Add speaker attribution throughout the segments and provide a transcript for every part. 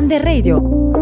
Speaker 1: Under Radio.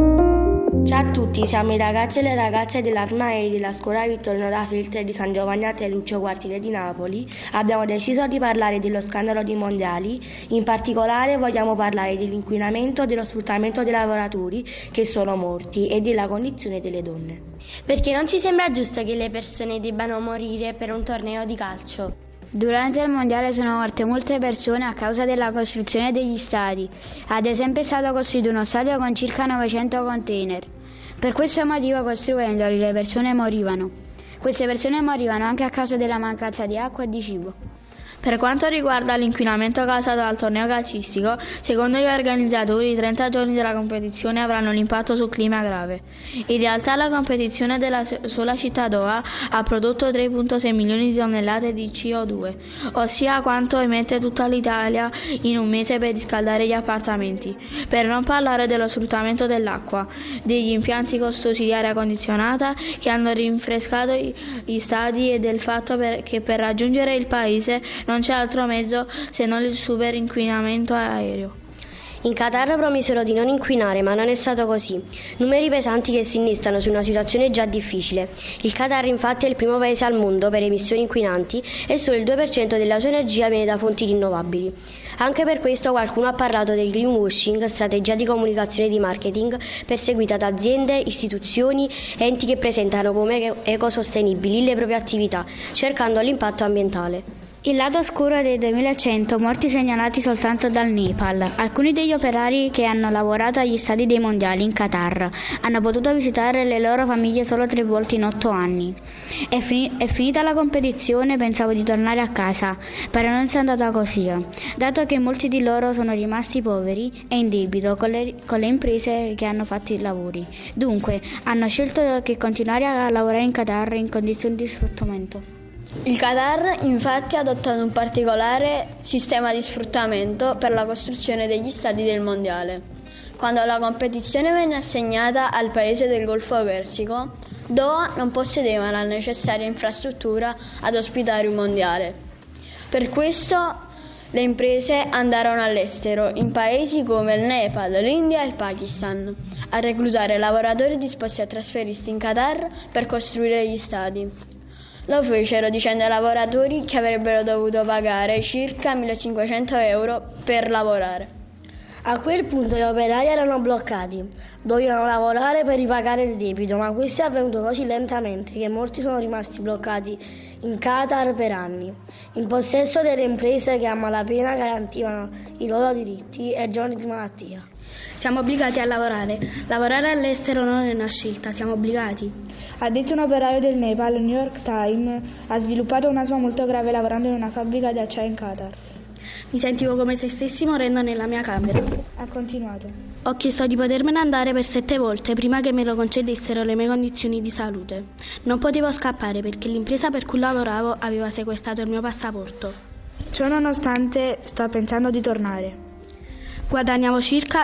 Speaker 2: Ciao a tutti, siamo i ragazzi e le ragazze dell'Arma E della scuola Vittorino da Feltre di San Giovanni a Teluccio, quartiere di Napoli. Abbiamo deciso di parlare dello scandalo dei mondiali, in particolare vogliamo parlare dell'inquinamento, dello sfruttamento dei lavoratori che sono morti e della condizione delle donne.
Speaker 3: Perché non ci sembra giusto che le persone debbano morire per un torneo di calcio.
Speaker 4: Durante il mondiale sono morte molte persone a causa della costruzione degli stadi. Ad esempio è stato costruito uno stadio con circa 900 container. Per questo motivo, costruendoli, le persone morivano. Queste persone morivano anche a causa della mancanza di acqua e di cibo.
Speaker 5: Per quanto riguarda l'inquinamento causato dal torneo calcistico, secondo gli organizzatori i 30 giorni della competizione avranno un impatto sul clima grave. In realtà la competizione della sola città Doha ha prodotto 3,6 milioni di tonnellate di CO2, ossia quanto emette tutta l'Italia in un mese per riscaldare gli appartamenti. Per non parlare dello sfruttamento dell'acqua, degli impianti costosi di aria condizionata che hanno rinfrescato gli stadi e del fatto che per raggiungere il paese non c'è altro mezzo se non il super inquinamento aereo.
Speaker 3: In Qatar promisero di non inquinare, ma non è stato così. Numeri pesanti che si innestano su una situazione già difficile. Il Qatar infatti è il primo paese al mondo per emissioni inquinanti e solo il 2% della sua energia viene da fonti rinnovabili. Anche per questo qualcuno ha parlato del greenwashing, strategia di comunicazione e di marketing perseguita da aziende, istituzioni, enti che presentano come ecosostenibili le proprie attività, cercando l'impatto ambientale.
Speaker 4: Il lato oscuro dei 2100 morti segnalati soltanto dal Nepal. Alcuni degli operai che hanno lavorato agli stadi dei mondiali in Qatar hanno potuto visitare le loro famiglie solo 3 volte in 8 anni. È finita la competizione, pensavo di tornare a casa, però non sia andata così, dato che molti di loro sono rimasti poveri e in debito con le imprese che hanno fatto i lavori. Dunque, hanno scelto che continuare a lavorare in Qatar in condizioni di sfruttamento.
Speaker 5: Il Qatar infatti ha adottato un particolare sistema di sfruttamento per la costruzione degli stadi del mondiale. Quando la competizione venne assegnata al paese del Golfo Persico, Doha non possedeva la necessaria infrastruttura ad ospitare un mondiale. Per questo le imprese andarono all'estero, in paesi come il Nepal, l'India e il Pakistan, a reclutare lavoratori disposti a trasferirsi in Qatar per costruire gli stadi. Lo fecero dicendo ai lavoratori che avrebbero dovuto pagare circa 1.500 euro per lavorare.
Speaker 2: A quel punto gli operai erano bloccati, dovevano lavorare per ripagare il debito, ma questo è avvenuto così lentamente che molti sono rimasti bloccati in Qatar per anni, in possesso delle imprese che a malapena garantivano i loro diritti e giorni di malattia.
Speaker 5: Siamo obbligati a lavorare. Lavorare all'estero non è una scelta, siamo obbligati.
Speaker 6: Ha detto un operaio del Nepal, il New York Times ha sviluppato un asma molto grave lavorando in una fabbrica di acciaio in Qatar.
Speaker 5: Mi sentivo come se stessi morendo nella mia camera.
Speaker 6: Ha continuato.
Speaker 5: Ho chiesto di potermene andare per 7 volte prima che me lo concedessero le mie condizioni di salute. Non potevo scappare perché l'impresa per cui lavoravo aveva sequestrato il mio passaporto.
Speaker 6: Ciò nonostante sto pensando di tornare.
Speaker 5: Guadagnavo circa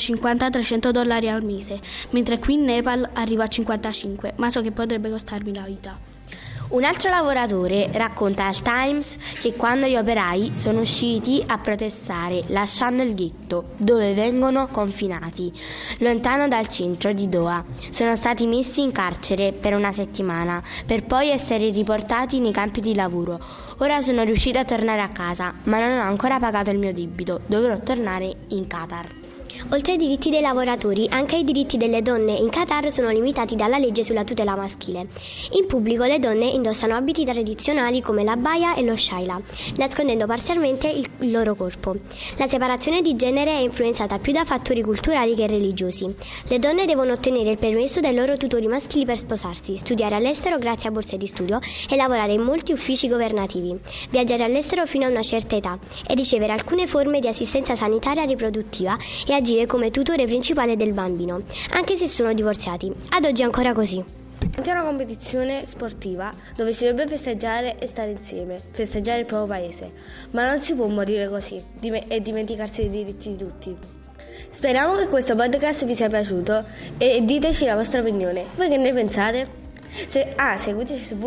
Speaker 5: $250-300 al mese, mentre qui in Nepal arrivo a 55, ma so che potrebbe costarmi la vita.
Speaker 3: Un altro lavoratore racconta al Times che quando gli operai sono usciti a protestare lasciando il ghetto dove vengono confinati, lontano dal centro di Doha, sono stati messi in carcere per una settimana per poi essere riportati nei campi di lavoro. Ora sono riuscita a tornare a casa, ma non ho ancora pagato il mio debito, dovrò tornare in Qatar.
Speaker 7: Oltre ai diritti dei lavoratori, anche i diritti delle donne in Qatar sono limitati dalla legge sulla tutela maschile. In pubblico le donne indossano abiti tradizionali come l'abaya e lo shaila, nascondendo parzialmente il loro corpo. La separazione di genere è influenzata più da fattori culturali che religiosi. Le donne devono ottenere il permesso dai loro tutori maschili per sposarsi, studiare all'estero grazie a borse di studio e lavorare in molti uffici governativi, viaggiare all'estero fino a una certa età e ricevere alcune forme di assistenza sanitaria riproduttiva e agire come tutore principale del bambino, anche se sono divorziati. Ad oggi è ancora così.
Speaker 2: È una competizione sportiva dove si dovrebbe festeggiare e stare insieme, festeggiare il proprio paese, ma non si può morire così e dimenticarsi dei diritti di tutti. Speriamo che questo podcast vi sia piaciuto e diteci la vostra opinione. Voi che ne pensate? Seguiteci su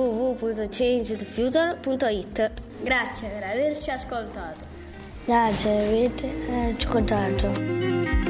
Speaker 2: www.changethefuture.it.
Speaker 5: Grazie per averci ascoltato.
Speaker 2: Grazie per averci ascoltato.